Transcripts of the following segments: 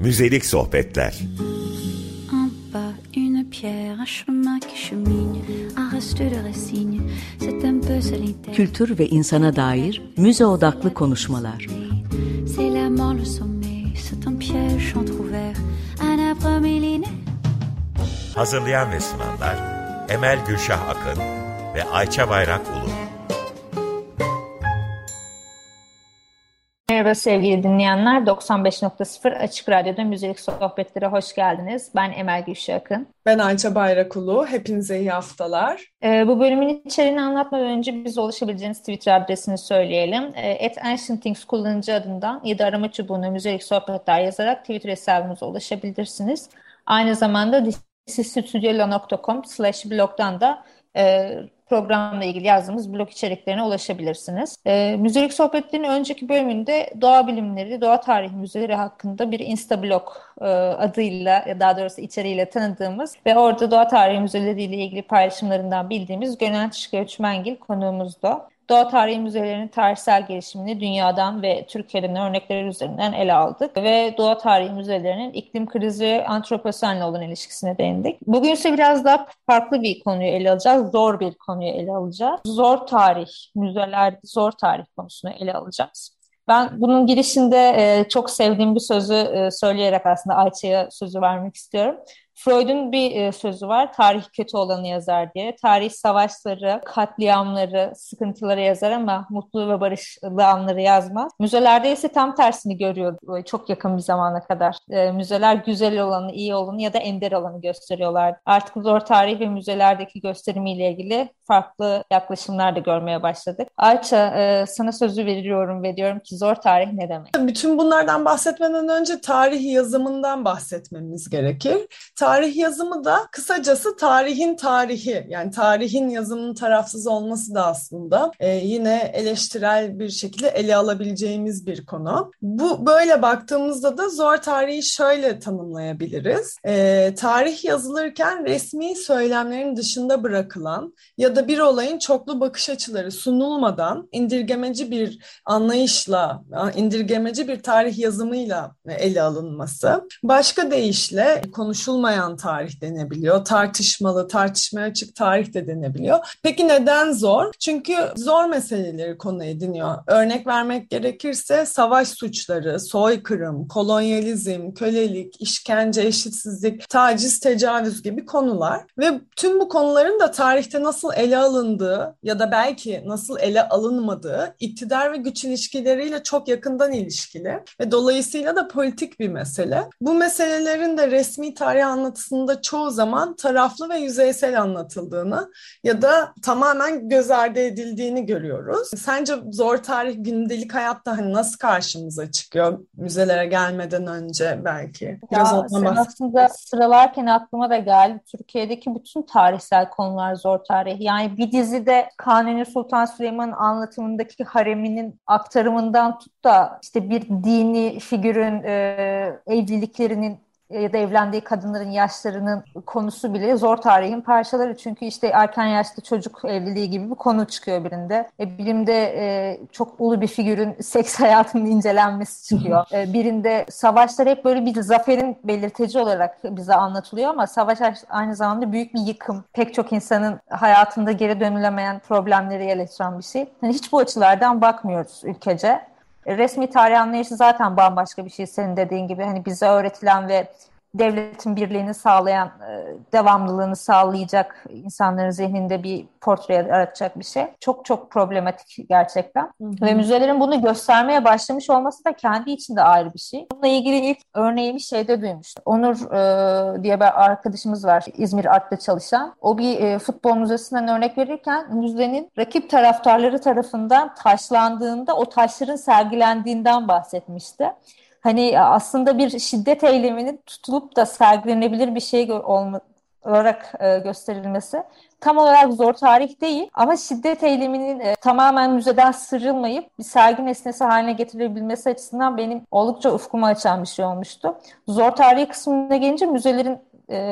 Müzelik sohbetler. Un pas, une pierre, un chemin qui chemine, un reste de racine, c'est un peu solitaire. Kültür ve insana dair müze odaklı konuşmalar. C'est la mort, le sommet, c'est un piège entrouvert, un arbre millénaire. Hazırlayan ve sunanlar Emel Gülşah Akın ve Ayça Bayrak Ulu. Merhaba sevgili dinleyenler, 95.0 Açık Radyo'da Müzelik Sohbetlere hoş geldiniz. Ben Emel Gülşah Akın. Ben Ayça Bayrakulu. Hepinize iyi haftalar. Bu bölümün içeriğini anlatmadan önce bize ulaşabileceğiniz Twitter adresini söyleyelim. @ancientthings kullanıcı adından ya da arama çubuğuna Müzelik Sohbetler yazarak Twitter hesabımıza ulaşabilirsiniz. Aynı zamanda thisisstudiola.com/blogdan da programla ilgili yazdığımız blog içeriklerine ulaşabilirsiniz. Müzelik sohbetlerinin önceki bölümünde doğa bilimleri, doğa tarihi müzeleri hakkında bir Instablog adıyla, ya daha doğrusu içeriğiyle tanıdığımız ve orada doğa tarihi müzeleriyle ilgili paylaşımlarından bildiğimiz Gönenç Göçmengil konuğumuzdu. Doğa tarihi müzelerinin tarihsel gelişimini dünyadan ve Türkiye'den örnekler üzerinden ele aldık ve doğa tarihi müzelerinin iklim krizi ve antroposenle olan ilişkisine değindik. Bugün ise biraz daha farklı bir konuyu ele alacağız. Zor bir konuyu ele alacağız. Zor tarih, müzelerde zor tarih konusunu ele alacağız. Ben bunun girişinde çok sevdiğim bir sözü söyleyerek aslında Ayça'ya sözü vermek istiyorum. Freud'un bir sözü var, tarih kötü olanı yazar diye. Tarih savaşları, katliamları, sıkıntıları yazar ama mutlu ve barışlı anları yazmaz. Müzelerde ise tam tersini görüyor çok yakın bir zamana kadar. Müzeler güzel olanı, iyi olanı ya da ender olanı gösteriyorlar. Artık zor tarih ve müzelerdeki gösterimiyle ilgili farklı yaklaşımlar da görmeye başladık. Ayça, sana sözü veriyorum ve diyorum ki zor tarih ne demek? Bütün bunlardan bahsetmeden önce tarih yazımından bahsetmemiz gerekir. Tarih yazımı da kısacası tarihin tarihi, yani tarihin yazımının tarafsız olması da aslında yine eleştirel bir şekilde ele alabileceğimiz bir konu. Bu böyle baktığımızda da zor tarihi şöyle tanımlayabiliriz. Tarih yazılırken resmi söylemlerin dışında bırakılan ya da bir olayın çoklu bakış açıları sunulmadan indirgemeci bir anlayışla, indirgemeci bir tarih yazımıyla ele alınması. Başka deyişle konuşulmayan tarih denebiliyor. Tartışmalı, tartışmaya açık tarih de denebiliyor. Peki neden zor? Çünkü zor meseleleri konu ediniyor. Örnek vermek gerekirse savaş suçları, soykırım, kolonyalizm, kölelik, işkence, eşitsizlik, taciz, tecavüz gibi konular ve tüm bu konuların da tarihte nasıl ele alındığı ya da belki nasıl ele alınmadığı iktidar ve güç ilişkileriyle çok yakından ilişkili ve dolayısıyla da politik bir mesele. Bu meselelerin de resmi tarih anlatısında çoğu zaman taraflı ve yüzeysel anlatıldığını ya da tamamen göz ardı edildiğini görüyoruz. Sence zor tarih gündelik hayatta hani nasıl karşımıza çıkıyor müzelere gelmeden önce belki? Biraz ondan bahsedelim. Aslında sıralarken aklıma da geldi. Türkiye'deki bütün tarihsel konular zor tarih. Yani bir dizide Kanuni Sultan Süleyman'ın anlatımındaki hareminin aktarımından tut da işte bir dini figürün evliliklerinin ya da evlendiği kadınların yaşlarının konusu bile zor tarihin parçaları. Çünkü işte erken yaşta çocuk evliliği gibi bir konu çıkıyor birinde. Birimde çok ulu bir figürün seks hayatının incelenmesi çıkıyor. Birinde savaşlar hep böyle bir zaferin belirteci olarak bize anlatılıyor ama savaş aynı zamanda büyük bir yıkım. Pek çok insanın hayatında geri dönülemeyen problemleri yerleştiren bir şey. Yani hiç bu açılardan bakmıyoruz ülkece. Resmi tarih anlayışı zaten bambaşka bir şey senin dediğin gibi. Hani bize öğretilen ve devletin birliğini sağlayan, devamlılığını sağlayacak, insanların zihninde bir portre yaratacak bir şey. Çok çok problematik gerçekten. Hı hı. Ve müzelerin bunu göstermeye başlamış olması da kendi içinde ayrı bir şey. Bununla ilgili ilk örneğimi şeyde duymuştum. Onur diye bir arkadaşımız var, İzmir Art'ta çalışan. O bir futbol müzesinden örnek verirken müzenin rakip taraftarları tarafından taşlandığında o taşların sergilendiğinden bahsetmişti. Hani aslında bir şiddet eyleminin tutulup da sergilenebilir bir şey olarak gösterilmesi tam olarak zor tarih değil ama şiddet eyleminin tamamen müzeden sıyrılmayıp bir sergi nesnesi haline getirebilmesi açısından benim oldukça ufkumu açan bir şey olmuştu. Zor tarih kısmına gelince müzelerin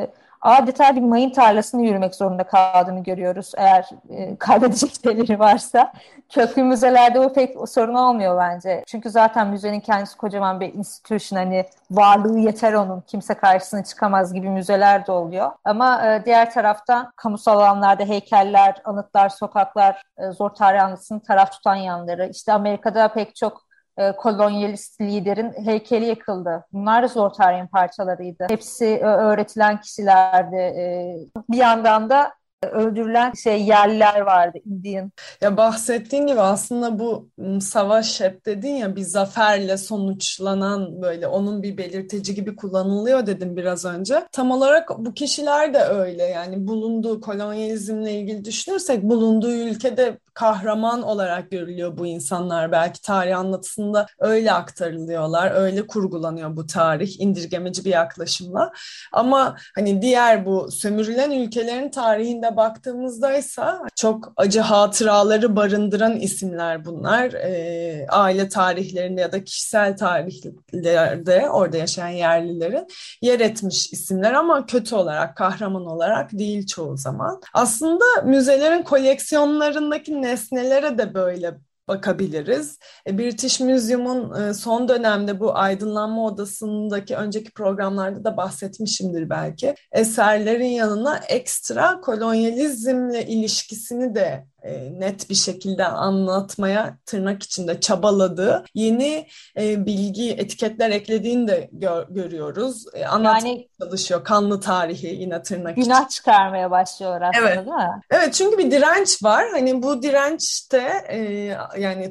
adeta bir mayın tarlasını yürümek zorunda kaldığını görüyoruz eğer kaybedecek şeyleri varsa. Köklü müzelerde bu pek sorun olmuyor bence. Çünkü zaten müzenin kendisi kocaman bir institution, hani varlığı yeter onun, kimse karşısına çıkamaz gibi müzeler de oluyor. Ama diğer taraftan kamusal alanlarda heykeller, anıtlar, sokaklar zor tarih anlatısını taraf tutan yanları. İşte Amerika'da pek çok kolonyalist liderin heykeli yıkıldı. Bunlar da zor tarihin parçalarıydı. Hepsi öğretilen kişilerdi. Bir yandan da öldürülen yerliler vardı, Indian. Ya bahsettiğin gibi aslında bu savaş, hep dedin ya, bir zaferle sonuçlanan, böyle onun bir belirteci gibi kullanılıyor dedim biraz önce. Tam olarak bu kişiler de öyle. Yani bulunduğu, kolonyalizmle ilgili düşünürsek, bulunduğu ülkede kahraman olarak görülüyor bu insanlar. Belki tarih anlatısında öyle aktarılıyorlar, öyle kurgulanıyor bu tarih, indirgemeci bir yaklaşımla. Ama hani diğer bu sömürülen ülkelerin tarihinde baktığımızdaysa çok acı hatıraları barındıran isimler bunlar. Aile tarihlerinde ya da kişisel tarihlerde orada yaşayan yerlilerin yer etmiş isimler, ama kötü olarak, kahraman olarak değil çoğu zaman. Aslında müzelerin koleksiyonlarındaki nesnelere de böyle bakabiliriz. British Museum'un son dönemde bu aydınlanma odasındaki, önceki programlarda da bahsetmişimdir belki, eserlerin yanına ekstra kolonyalizmle ilişkisini de net bir şekilde anlatmaya tırnak içinde çabaladığı yeni bilgi, etiketler eklediğini de görüyoruz. Anlatmaya çalışıyor. Kanlı tarihi, yine tırnak içinde. Günah çıkarmaya başlıyorlar aslında, Evet. değil mi? Evet, çünkü bir direnç var. Hani bu dirençte yani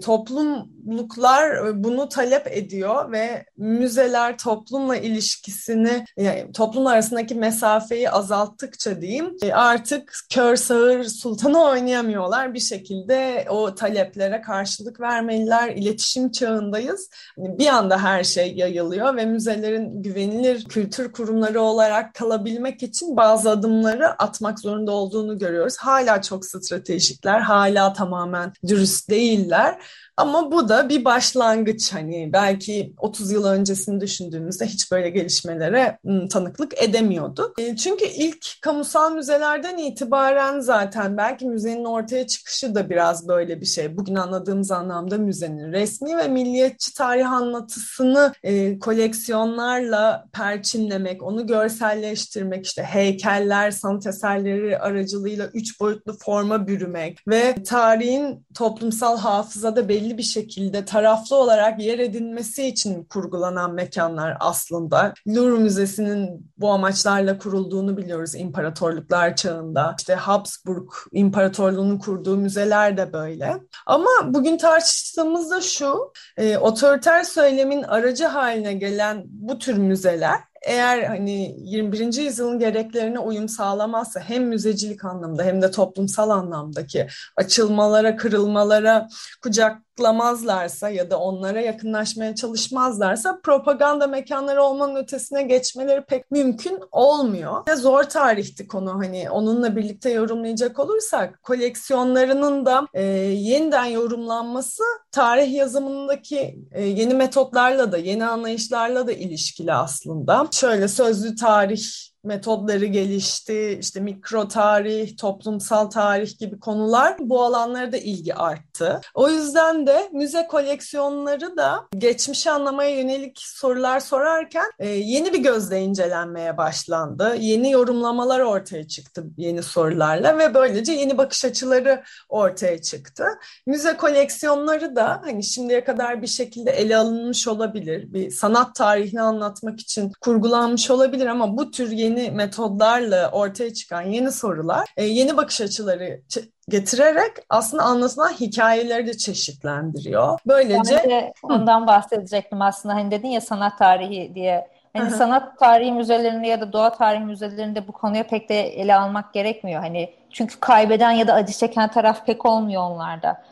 topluluklar bunu talep ediyor ve müzeler toplumla ilişkisini, yani toplum arasındaki mesafeyi azalttıkça diyeyim, artık kör sağır sultanı oynayamıyorlar. Bir şekilde o taleplere karşılık vermeliler. İletişim çağındayız. Bir anda her şey yayılıyor ve müzelerin güvenilir kültür kurumları olarak kalabilmek için bazı adımları atmak zorunda olduğunu görüyoruz. Hala çok stratejikler, hala tamamen dürüst değiller. Ama bu da bir başlangıç. Hani belki 30 yıl öncesini düşündüğümüzde hiç böyle gelişmelere tanıklık edemiyorduk. Çünkü ilk kamusal müzelerden itibaren zaten belki müzenin ortaya çıkışı da biraz böyle bir şey. Bugün anladığımız anlamda müzenin resmi ve milliyetçi tarih anlatısını koleksiyonlarla perçinlemek, onu görselleştirmek, işte heykeller, sanat eserleri aracılığıyla 3 boyutlu forma bürümek ve tarihin toplumsal hafızada belli bir şekilde taraflı olarak yer edinmesi için kurgulanan mekanlar aslında. Louvre Müzesi'nin bu amaçlarla kurulduğunu biliyoruz imparatorluklar çağında. İşte Habsburg İmparatorluğu'nun kurduğu müzeler de böyle. Ama bugün tartıştığımızda şu, otoriter söylemin aracı haline gelen bu tür müzeler, eğer hani 21. yüzyılın gereklerine uyum sağlamazsa, hem müzecilik anlamında hem de toplumsal anlamdaki açılmalara, kırılmalara kucaklamazlarsa ya da onlara yakınlaşmaya çalışmazlarsa, propaganda mekanları olmanın ötesine geçmeleri pek mümkün olmuyor. Zor tarihti konu, hani onunla birlikte yorumlayacak olursak, koleksiyonlarının da yeniden yorumlanması tarih yazımındaki yeni metotlarla da, yeni anlayışlarla da ilişkili aslında. Şöyle, sözlü tarih metodları gelişti, işte mikro tarih, toplumsal tarih gibi konular, bu alanlara da ilgi arttı. O yüzden de müze koleksiyonları da geçmişi anlamaya yönelik sorular sorarken yeni bir gözle incelenmeye başlandı. Yeni yorumlamalar ortaya çıktı yeni sorularla ve böylece yeni bakış açıları ortaya çıktı. Müze koleksiyonları da hani şimdiye kadar bir şekilde ele alınmış olabilir, bir sanat tarihini anlatmak için kurgulanmış olabilir, ama bu tür yeni metodlarla ortaya çıkan yeni sorular, yeni bakış açıları getirerek aslında anlatılan hikayeleri de çeşitlendiriyor. Böylece Ben de ondan bahsedecektim aslında. Hani dedin ya sanat tarihi diye. Hani sanat tarihi müzelerinde ya da doğa tarihi müzelerinde bu konuya pek de ele almak gerekmiyor. Hani çünkü kaybeden ya da acı çeken taraf pek olmuyor onlarda.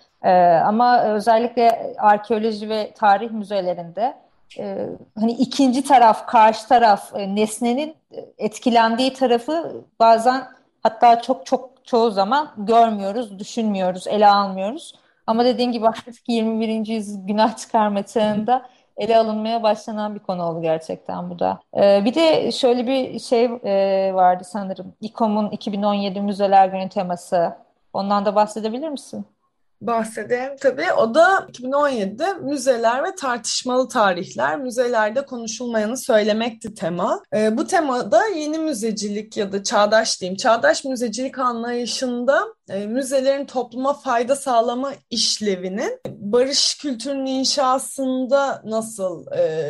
Ama özellikle arkeoloji ve tarih müzelerinde hani ikinci taraf, karşı taraf, nesnenin etkilendiği tarafı bazen, hatta çoğu zaman görmüyoruz, düşünmüyoruz, ele almıyoruz. Ama dediğin gibi artık 21. yüzyıl günah çıkarma çağında ele alınmaya başlanan bir konu oldu gerçekten bu da. Bir de şöyle bir şey vardı sanırım. İKOM'un 2017 Müzeler Günü teması. Ondan da bahsedebilir misin? Bahsedeyim tabii. O da 2017'de müzeler ve tartışmalı tarihler, müzelerde konuşulmayanı söylemekti tema. Bu temada yeni müzecilik ya da çağdaş diyeyim, çağdaş müzecilik anlayışında müzelerin topluma fayda sağlama işlevinin barış kültürünün inşasında nasıl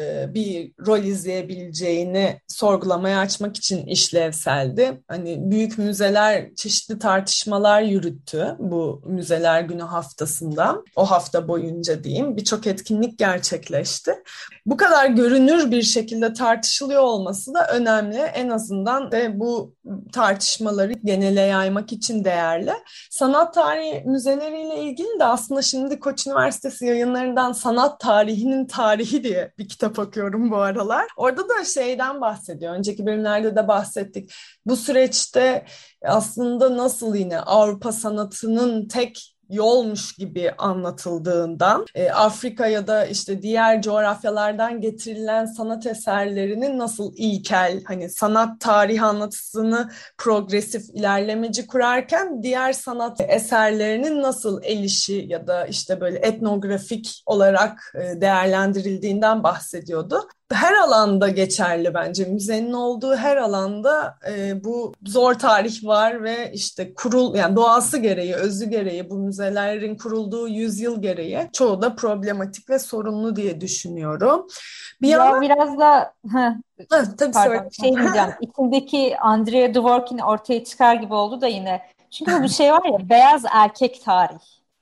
bir rol izleyebileceğini sorgulamaya açmak için işlevseldi. Hani büyük müzeler çeşitli tartışmalar yürüttü bu Müzeler Günü haftasında. O hafta boyunca diyeyim birçok etkinlik gerçekleşti. Bu kadar görünür bir şekilde tartışılıyor olması da önemli. En azından bu tartışmaları genele yaymak için değerli. Sanat tarihi müzeleriyle ilgili de aslında şimdi Koç Üniversitesi yayınlarından Sanat Tarihinin Tarihi diye bir kitap okuyorum bu aralar. Orada da şeyden bahsediyor. Önceki bölümlerde de bahsettik. Bu süreçte aslında nasıl yine Avrupa sanatının tek yolmuş gibi anlatıldığından, Afrika ya da işte diğer coğrafyalardan getirilen sanat eserlerinin nasıl ilkel, hani sanat tarihi anlatısını progresif, ilerlemeci kurarken diğer sanat eserlerinin nasıl el işi ya da işte böyle etnografik olarak değerlendirildiğinden bahsediyordu. Her alanda geçerli bence. Müzenin olduğu her alanda bu zor tarih var ve işte yani doğası gereği, özü gereği bu müzelerin kurulduğu yüzyıl gereği çoğu da problematik ve sorunlu diye düşünüyorum. Bir Ya yandan biraz da tabii pardon söyle. şey diyeceğim. İçindeki Andrea Dworkin ortaya çıkar gibi oldu da yine. Çünkü bu bir şey var ya, beyaz erkek tarih.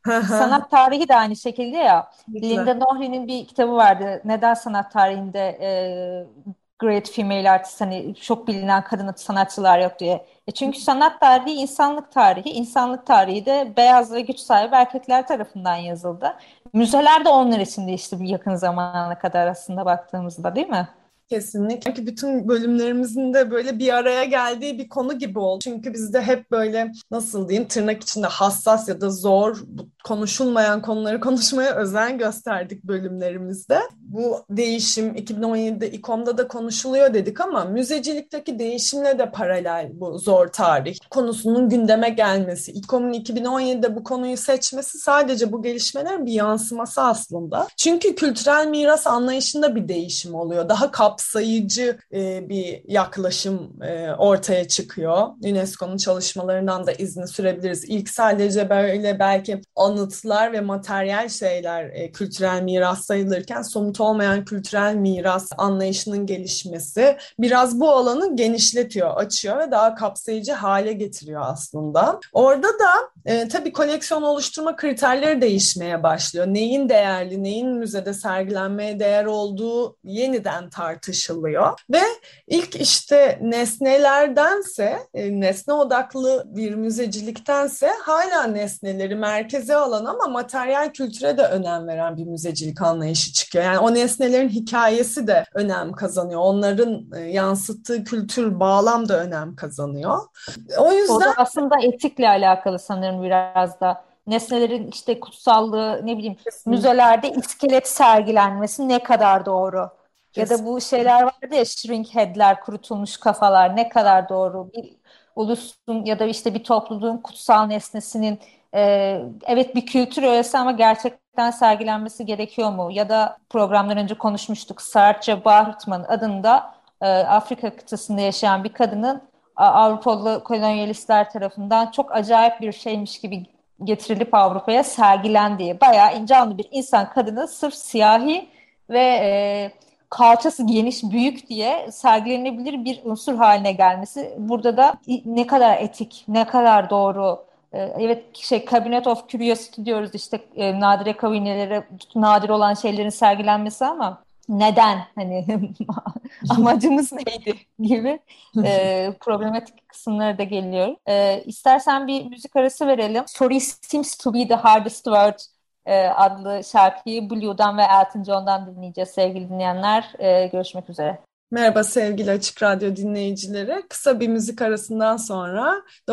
Sanat tarihi de aynı şekilde ya. Kesinlikle. Linda Nohri'nin bir kitabı vardı. Neden sanat tarihinde Great Female Artists, hani çok bilinen kadın sanatçılar yok diye. Çünkü sanat tarihi insanlık tarihi. İnsanlık tarihi de beyaz ve güç sahibi erkekler tarafından yazıldı. Müzeler de onlar için değişti bir yakın zamana kadar aslında baktığımızda, değil mi? Kesinlikle. Çünkü bütün bölümlerimizin de böyle bir araya geldiği bir konu gibi oldu. Çünkü bizde hep böyle nasıl diyeyim tırnak içinde hassas ya da zor konuşulmayan konuları konuşmaya özen gösterdik bölümlerimizde. Bu değişim 2017'de İKOM'da da konuşuluyor dedik ama müzecilikteki değişimle de paralel bu zor tarih konusunun gündeme gelmesi. İKOM'un 2017'de bu konuyu seçmesi sadece bu gelişmelerin bir yansıması aslında. Çünkü kültürel miras anlayışında bir değişim oluyor. Daha kapsayıcı bir yaklaşım ortaya çıkıyor. UNESCO'nun çalışmalarından da izni sürebiliriz. İlk sadece böyle belki anıtlar ve materyal şeyler kültürel miras sayılırken somut olmayan kültürel miras anlayışının gelişmesi biraz bu alanı genişletiyor, açıyor ve daha kapsayıcı hale getiriyor aslında. Orada da tabii koleksiyon oluşturma kriterleri değişmeye başlıyor. Neyin değerli, neyin müzede sergilenmeye değer olduğu yeniden tartışılıyor. Ve ilk işte nesnelerdense, nesne odaklı bir müzeciliktense hala nesneleri merkeze alan ama materyal kültüre de önem veren bir müzecilik anlayışı çıkıyor. Yani o nesnelerin hikayesi de önem kazanıyor. Onların yansıttığı kültür, bağlam da önem kazanıyor. O O da yüzden aslında etikle alakalı sanırım biraz da. Nesnelerin işte kutsallığı, ne bileyim, kesinlikle, müzelerde iskelet sergilenmesi ne kadar doğru? Ya da bu şeyler vardı ya, shrink head'ler, kurutulmuş kafalar, ne kadar doğru? Bir ulusun ya da işte bir topluluğun kutsal nesnesinin evet bir kültür öğesi ama gerçekten sergilenmesi gerekiyor mu? Ya da programdan önce konuşmuştuk, Saartjie Baartman adında Afrika kıtasında yaşayan bir kadının Avrupalı kolonyalistler tarafından çok acayip bir şeymiş gibi getirilip Avrupa'ya sergilendiği, bayağı canlı bir insan kadını sırf siyahi ve kalçası geniş, büyük diye sergilenebilir bir unsur haline gelmesi. Burada da ne kadar etik, ne kadar doğru. Evet, Cabinet of Curiosity diyoruz işte, nadire kavinelere, nadir olan şeylerin sergilenmesi ama neden, hani amacımız neydi gibi problematik kısımları da geliyor. İstersen bir müzik arası verelim. Sorry Seems to be the Hardest Word adlı şarkıyı Blue'dan ve Elton John'dan dinleyeceğiz sevgili dinleyenler. Görüşmek üzere. Merhaba sevgili Açık Radyo dinleyicileri. Kısa bir müzik arasından sonra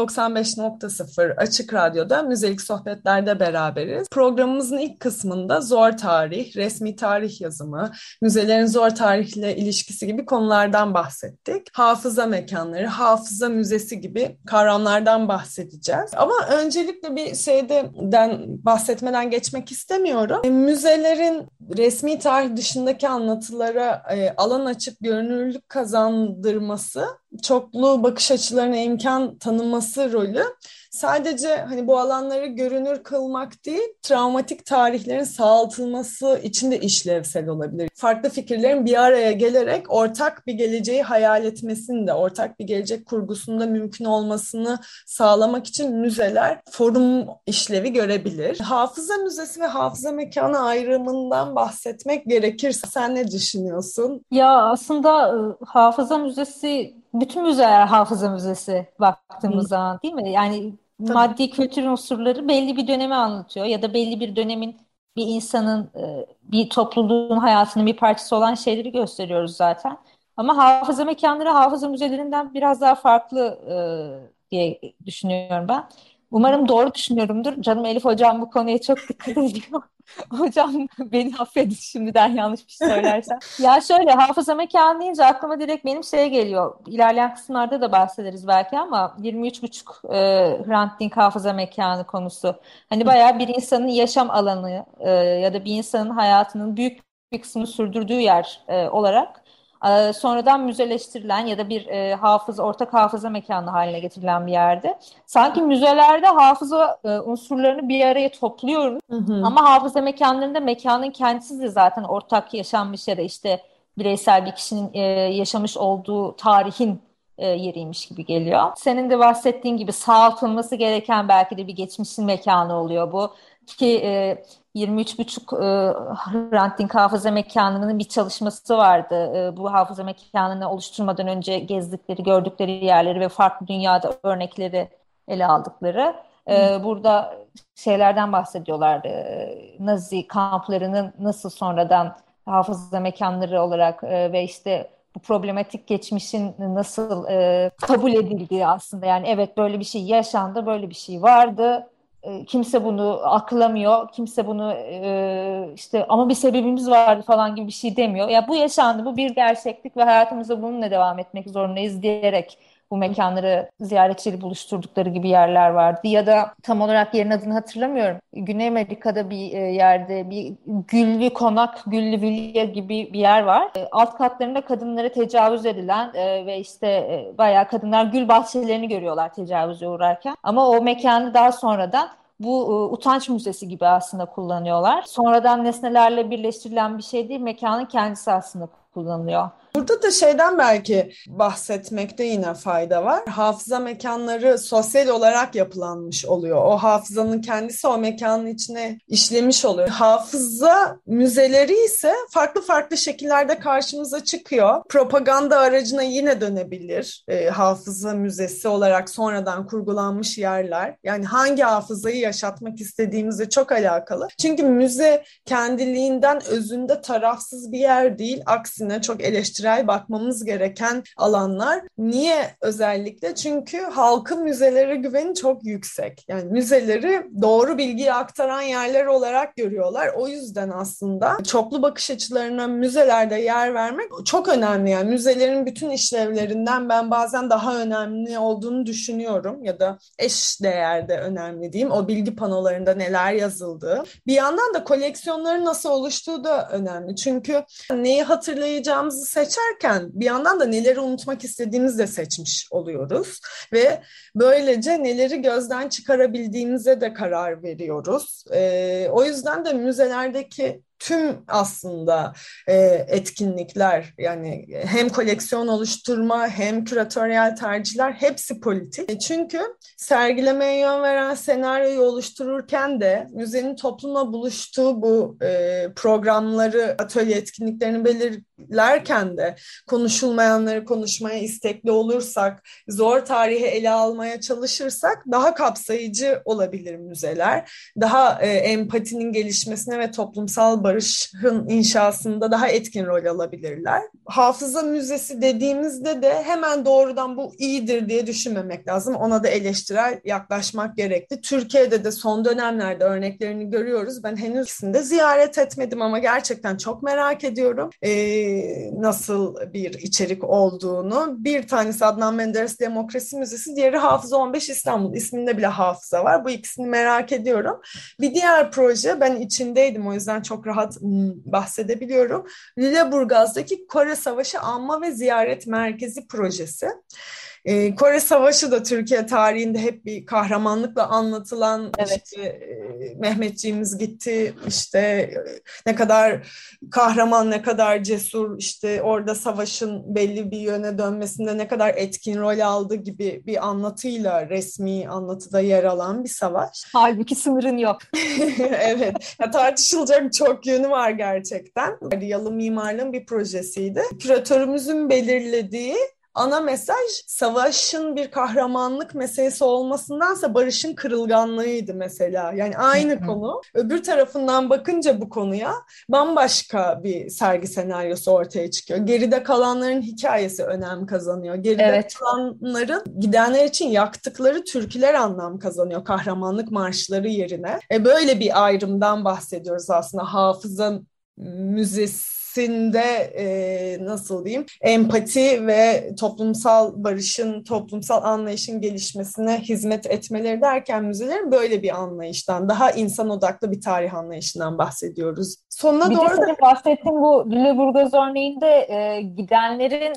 95.0 Açık Radyo'da Müzelik Sohbetler'de beraberiz. Programımızın ilk kısmında zor tarih, resmi tarih yazımı, müzelerin zor tarihle ilişkisi gibi konulardan bahsettik. Hafıza mekanları, hafıza müzesi gibi kavramlardan bahsedeceğiz. Ama öncelikle bir şeyden bahsetmeden geçmek istemiyorum. Müzelerin resmi tarih dışındaki anlatılara alan açıp görünürlük kazandırması, çoklu bakış açılarına imkan tanınması rolü sadece hani bu alanları görünür kılmak değil, travmatik tarihlerin sağaltılması için de işlevsel olabilir. Farklı fikirlerin bir araya gelerek ortak bir geleceği hayal etmesini de, ortak bir gelecek kurgusunda mümkün olmasını sağlamak için müzeler forum işlevi görebilir. Hafıza müzesi ve hafıza mekanı ayrımından bahsetmek gerekirse sen ne düşünüyorsun? Ya aslında hafıza müzesi, bütün müzeler hafıza müzesi baktığımız zaman, değil mi? Yani Tabii. maddi kültür unsurları belli bir dönemi anlatıyor ya da belli bir dönemin, bir insanın, bir topluluğun hayatının bir parçası olan şeyleri gösteriyoruz zaten. Ama hafıza mekanları hafıza müzelerinden biraz daha farklı diye düşünüyorum ben. Umarım doğru düşünüyorumdur. Canım Elif hocam bu konuya çok dikkat ediyor. Hocam beni affedin şimdiden yanlış bir şey söylersem. Ya şöyle, hafıza mekanı deyince aklıma direkt benim şey geliyor. İlerleyen kısımlarda da bahsederiz belki ama 23,5 Hrant Dink hafıza mekanı konusu. Hani bayağı bir insanın yaşam alanı ya da bir insanın hayatının büyük bir kısmını sürdürdüğü yer olarak sonradan müzeleştirilen ya da bir ortak hafıza mekanı haline getirilen bir yerde. Sanki müzelerde hafıza unsurlarını bir araya topluyoruz. Hı hı. Ama hafıza mekanlarında mekanın kendisi de zaten ortak yaşanmış ya da işte bireysel bir kişinin yaşamış olduğu tarihin yeriymiş gibi geliyor. Senin de bahsettiğin gibi sağaltılması gereken belki de bir geçmişin mekanı oluyor bu. Ki 23,5 Hrant Dink hafıza mekanının bir çalışması vardı. Bu hafıza mekanını oluşturmadan önce gezdikleri, gördükleri yerleri ve farklı dünyada örnekleri ele aldıkları. Burada şeylerden bahsediyorlardı. Nazi kamplarının nasıl sonradan hafıza mekanları olarak ve işte bu problematik geçmişin nasıl kabul edildiği aslında. Yani evet, böyle bir şey yaşandı, böyle bir şey vardı. Kimse bunu aklamıyor, kimse bunu işte ama bir sebebimiz vardı falan gibi bir şey demiyor. Ya bu yaşandı, bu bir gerçeklik ve hayatımızda bununla devam etmek zorundayız diyerek bu mekanları ziyaretçiyle buluşturdukları gibi yerler vardı. Ya da tam olarak yerin adını hatırlamıyorum. Güney Amerika'da bir yerde bir Güllü Konak, Güllü Villa gibi bir yer var. Alt katlarında kadınlara tecavüz edilen ve işte bayağı kadınlar gül bahçelerini görüyorlar tecavüze uğrarken. Ama o mekanı daha sonradan bu utanç müzesi gibi aslında kullanıyorlar. Sonradan nesnelerle birleştirilen bir şey değil, mekanın kendisi aslında kullanılıyor. Burada da şeyden belki bahsetmekte yine fayda var. Hafıza mekanları sosyal olarak yapılanmış oluyor. O hafızanın kendisi o mekanın içine işlemiş oluyor. Hafıza müzeleri ise farklı farklı şekillerde karşımıza çıkıyor. Propaganda aracına yine dönebilir. Hafıza müzesi olarak sonradan kurgulanmış yerler. Yani hangi hafızayı yaşatmak istediğimizle çok alakalı. Çünkü müze kendiliğinden özünde tarafsız bir yer değil. Aksine çok eleştirel bakmamız gereken alanlar. Niye özellikle? Çünkü halkın müzelere güveni çok yüksek. Yani müzeleri doğru bilgiyi aktaran yerler olarak görüyorlar. O yüzden aslında çoklu bakış açılarına müzelerde yer vermek çok önemli. Yani müzelerin bütün işlevlerinden ben bazen daha önemli olduğunu düşünüyorum ya da eş değerde önemli diyeyim. O bilgi panolarında neler yazıldığı. Bir yandan da koleksiyonların nasıl oluştuğu da önemli. Çünkü neyi hatırlayacağımızı seçerken bir yandan da neleri unutmak istediğimizi de seçmiş oluyoruz ve böylece neleri gözden çıkarabildiğimize de karar veriyoruz. O yüzden de müzelerdeki tüm aslında etkinlikler, yani hem koleksiyon oluşturma hem küratöryel tercihler hepsi politik. Çünkü sergilemeye yön veren senaryoyu oluştururken de müzenin toplumla buluştuğu bu programları, atölye etkinliklerini belirlerken de konuşulmayanları konuşmaya istekli olursak, zor tarihi ele almaya çalışırsak daha kapsayıcı olabilir müzeler. Daha empatinin gelişmesine ve toplumsal barışın inşasında daha etkin rol alabilirler. Hafıza müzesi dediğimizde de hemen doğrudan bu iyidir diye düşünmemek lazım. Ona da eleştirel yaklaşmak gerekli. Türkiye'de de son dönemlerde örneklerini görüyoruz. Ben henüz ikisini de ziyaret etmedim ama gerçekten çok merak ediyorum nasıl bir içerik olduğunu. Bir tanesi Adnan Menderes Demokrasi Müzesi, diğeri Hafıza 15 İstanbul. İsminde bile hafıza var. Bu ikisini merak ediyorum. Bir diğer proje, ben içindeydim o yüzden çok rahat bahsedebiliyorum. Lüleburgaz'daki Kore Savaşı Anma ve Ziyaret Merkezi projesi. Kore Savaşı da Türkiye tarihinde hep bir kahramanlıkla anlatılan, Evet. işte Mehmetçiğimiz gitti, işte ne kadar kahraman, ne kadar cesur, işte orada savaşın belli bir yöne dönmesinde ne kadar etkin rol aldı gibi bir anlatıyla resmi anlatıda yer alan bir savaş. Halbuki sınırın yok. Evet, ya tartışılacak çok yönü var gerçekten. Yalı Mimarlığın bir projesiydi. Küratörümüzün belirlediği ana mesaj savaşın bir kahramanlık meselesi olmasındansa barışın kırılganlığıydı mesela. Yani aynı konu. Öbür tarafından bakınca bu konuya bambaşka bir sergi senaryosu ortaya çıkıyor. Geride kalanların hikayesi önem kazanıyor. Geride kalanların, gidenler için yaktıkları türküler anlam kazanıyor kahramanlık marşları yerine. Böyle bir ayrımdan bahsediyoruz aslında hafıza müzesi nasıl diyeyim, empati ve toplumsal barışın, toplumsal anlayışın gelişmesine hizmet etmeleri derken müzelerin böyle bir anlayıştan, daha insan odaklı bir tarih anlayışından bahsediyoruz. Sonuna Bir doğru de senin bahsettiğin bu Lüleburgaz örneğinde gidenlerin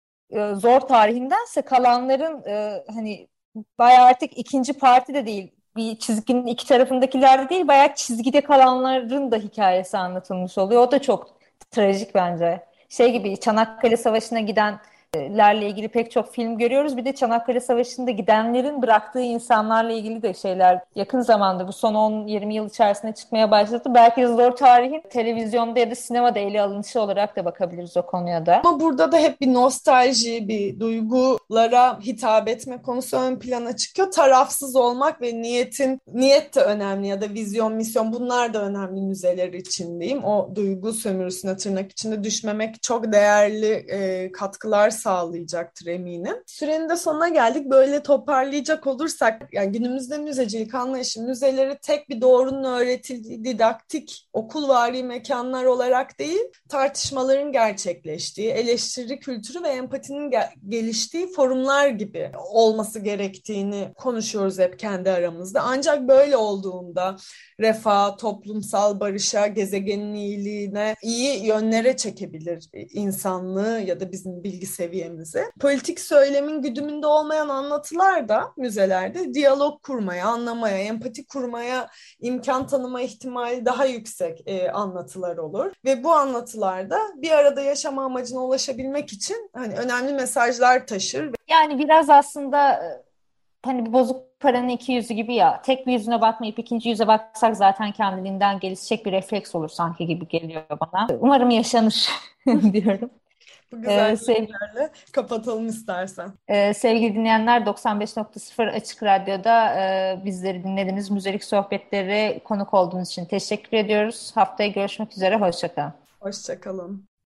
zor tarihindense kalanların hani bayağı artık ikinci parti de değil, bir çizginin iki tarafındakiler de değil, bayağı çizgide kalanların da hikayesi anlatılmış oluyor. O da çok trajik bence. Şey gibi, Çanakkale Savaşı'na gidenlerle ilgili pek çok film görüyoruz. Bir de Çanakkale Savaşı'nda gidenlerin bıraktığı insanlarla ilgili de şeyler yakın zamanda, bu son 10-20 yıl içerisinde çıkmaya başladı. Belki zor tarihin televizyonda ya da sinemada ele alınışı olarak da bakabiliriz o konuya da. Ama burada da hep bir nostalji, bir duygulara hitap etme konusu ön plana çıkıyor. Tarafsız olmak ve niyet de önemli, ya da vizyon, misyon, bunlar da önemli müzeler için diyeyim. O duygu sömürüsüne tırnak içinde düşmemek çok değerli katkılar sağlayacaktır eminim. Sürenin de sonuna geldik. Böyle toparlayacak olursak, yani günümüzde müzecilik anlayışı müzeleri tek bir doğrunun öğretildiği didaktik okulvari mekanlar olarak değil, tartışmaların gerçekleştiği, eleştiri kültürü ve empatinin geliştiği forumlar gibi olması gerektiğini konuşuyoruz hep kendi aramızda. Ancak böyle olduğunda refah, toplumsal barışa, gezegenin iyiliğine, iyi yönlere çekebilir insanlığı ya da bizim bilgi seviyemizi. Politik söylemin güdümünde olmayan anlatılar da müzelerde diyalog kurmaya, anlamaya, empati kurmaya imkan tanıma ihtimali daha yüksek anlatılar olur. Ve bu anlatılarda bir arada yaşama amacına ulaşabilmek için hani önemli mesajlar taşır. Yani biraz aslında hani bir bozuk paranın iki yüzü gibi ya. Tek bir yüzüne bakmayıp ikinci yüze baksak zaten kendiliğinden gelişecek bir refleks olur sanki gibi geliyor bana. Umarım yaşanır diyorum. Bu güzel Sevgili, bilgilerle kapatalım istersen. sevgili dinleyenler, 95.0 Açık Radyo'da bizleri dinlediğiniz müzelik sohbetleri konuk olduğunuz için teşekkür ediyoruz. Haftaya görüşmek üzere, hoşça kalın. Hoşça kalın.